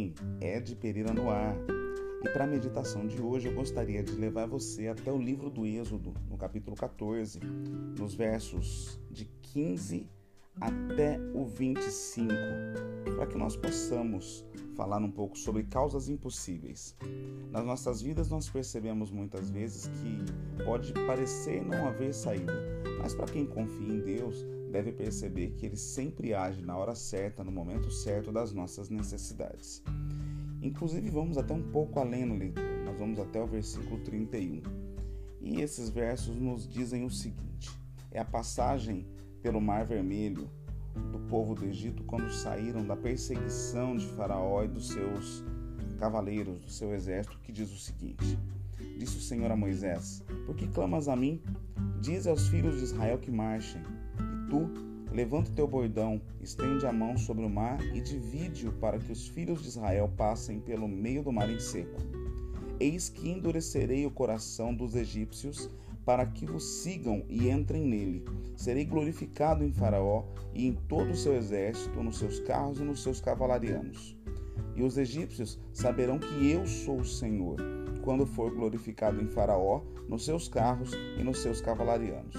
mensagem é de Pereira no Ar. E para a meditação de hoje eu gostaria de levar você até o livro do Êxodo, no capítulo 14, nos versos de 15 até o 25, para que nós possamos falar um pouco sobre causas impossíveis. Nas nossas vidas nós percebemos muitas vezes que pode parecer não haver saída, mas para quem confia em Deus, deve perceber que Ele sempre age na hora certa, no momento certo das nossas necessidades. Inclusive vamos até um pouco além no leitura, nós vamos até o versículo 31. E esses versos nos dizem o seguinte: é a passagem pelo Mar Vermelho do povo do Egito quando saíram da perseguição de Faraó e dos seus cavaleiros, do seu exército, que diz o seguinte: disse o Senhor a Moisés: por que clamas a mim? Dize aos filhos de Israel que marchem. E tu, levanta o teu bordão, estende a mão sobre o mar e divide-o para que os filhos de Israel passem pelo meio do mar em seco. Eis que endurecerei o coração dos egípcios para que vos sigam e entrem nele. Serei glorificado em Faraó e em todo o seu exército, nos seus carros e nos seus cavalarianos. E os egípcios saberão que eu sou o Senhor, quando for glorificado em Faraó, nos seus carros e nos seus cavalarianos.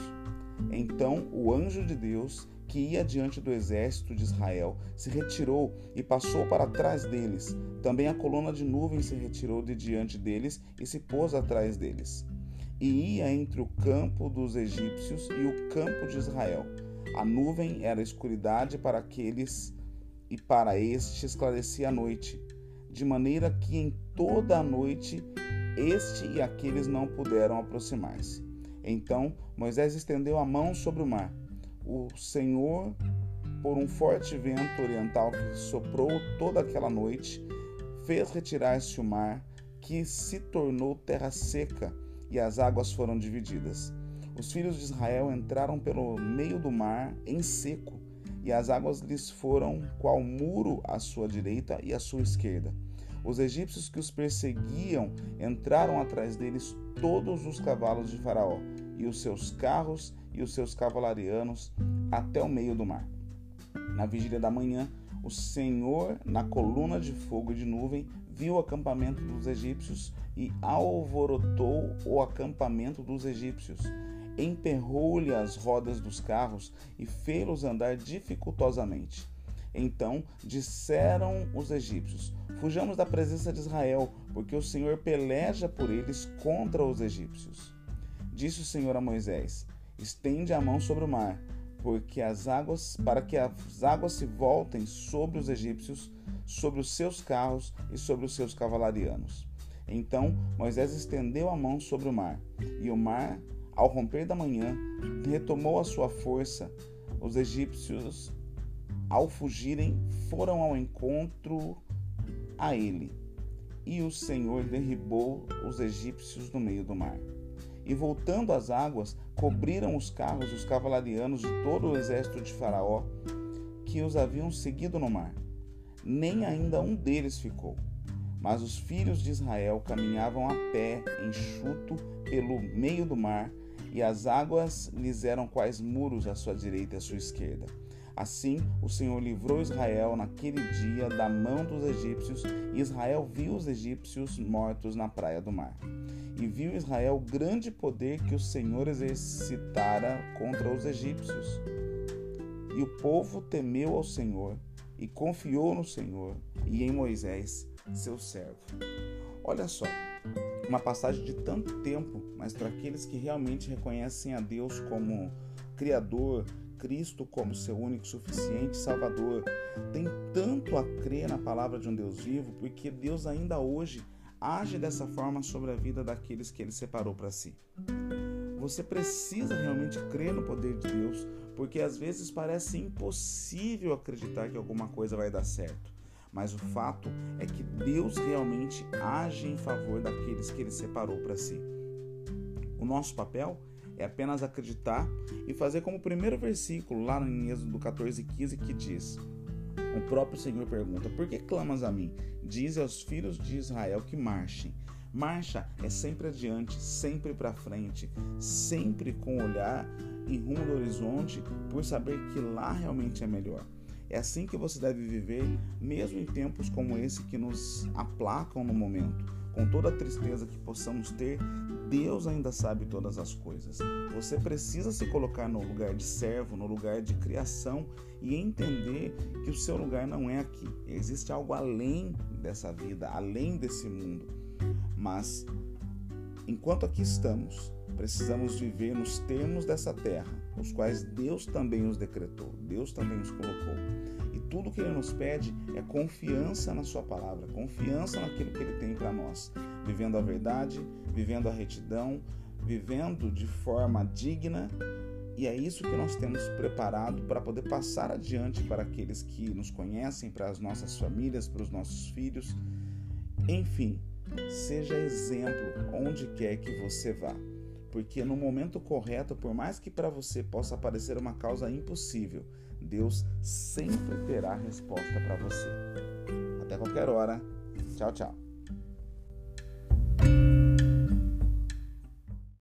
Então o anjo de Deus, que ia diante do exército de Israel, se retirou e passou para trás deles. Também a coluna de nuvem se retirou de diante deles e se pôs atrás deles. E ia entre o campo dos egípcios e o campo de Israel. A nuvem era escuridade para aqueles, e para este esclarecia a noite, de maneira que em toda a noite este e aqueles não puderam aproximar-se. Então Moisés estendeu a mão sobre o mar. O Senhor, por um forte vento oriental que soprou toda aquela noite, fez retirar-se o mar, que se tornou terra seca, e as águas foram divididas. Os filhos de Israel entraram pelo meio do mar em seco, e as águas lhes foram qual muro à sua direita e à sua esquerda. Os egípcios que os perseguiam entraram atrás deles todos os cavalos de Faraó, e os seus carros e os seus cavalarianos até o meio do mar. Na vigília da manhã, o Senhor, na coluna de fogo e de nuvem, viu o acampamento dos egípcios e alvorotou o acampamento dos egípcios. Emperrou-lhe as rodas dos carros e fê-los andar dificultosamente. Então disseram os egípcios: fujamos da presença de Israel, porque o Senhor peleja por eles contra os egípcios. Disse o Senhor a Moisés: estende a mão sobre o mar, para que as águas se voltem sobre os egípcios, sobre os seus carros e sobre os seus cavalarianos. Então Moisés estendeu a mão sobre o mar, e o mar, ao romper da manhã, retomou a sua força. Os egípcios, ao fugirem, foram ao encontro a ele, e o Senhor derribou os egípcios no meio do mar. E voltando as águas, cobriram os carros e os cavalarianos de todo o exército de Faraó, que os haviam seguido no mar. Nem ainda um deles ficou. Mas os filhos de Israel caminhavam a pé, enxuto, pelo meio do mar, e as águas lhes eram quais muros à sua direita e à sua esquerda. Assim, o Senhor livrou Israel naquele dia da mão dos egípcios, e Israel viu os egípcios mortos na praia do mar. E viu Israel o grande poder que o Senhor exercitara contra os egípcios. E o povo temeu ao Senhor, e confiou no Senhor e em Moisés, seu servo. Olha só, uma passagem de tanto tempo, mas para aqueles que realmente reconhecem a Deus como Criador, Cristo como seu único suficiente Salvador, tem tanto a crer na palavra de um Deus vivo, porque Deus ainda hoje age dessa forma sobre a vida daqueles que Ele separou para si. Você precisa realmente crer no poder de Deus, porque às vezes parece impossível acreditar que alguma coisa vai dar certo. Mas o fato é que Deus realmente age em favor daqueles que Ele separou para si. O nosso papel é apenas acreditar e fazer como o primeiro versículo, lá em Êxodo 14:15, que diz: o próprio Senhor pergunta: por que clamas a mim? Dize aos filhos de Israel que marchem. Marcha é sempre adiante, sempre para frente, sempre com o olhar em rumo do horizonte, por saber que lá realmente é melhor. É assim que você deve viver, mesmo em tempos como esse que nos aplacam no momento. Com toda a tristeza que possamos ter, Deus ainda sabe todas as coisas. Você precisa se colocar no lugar de servo, no lugar de criação e entender que o seu lugar não é aqui. Existe algo além dessa vida, além desse mundo. Mas, enquanto aqui estamos, precisamos viver nos termos dessa terra, os quais Deus também os decretou, Deus também os colocou. E tudo que Ele nos pede é confiança na Sua palavra, confiança naquilo que Ele tem para nós, vivendo a verdade, vivendo a retidão, vivendo de forma digna. E é isso que nós temos preparado para poder passar adiante para aqueles que nos conhecem, para as nossas famílias, para os nossos filhos. Enfim, seja exemplo onde quer que você vá. Porque no momento correto, por mais que para você possa parecer uma causa impossível, Deus sempre terá resposta para você. Até qualquer hora. Tchau, tchau.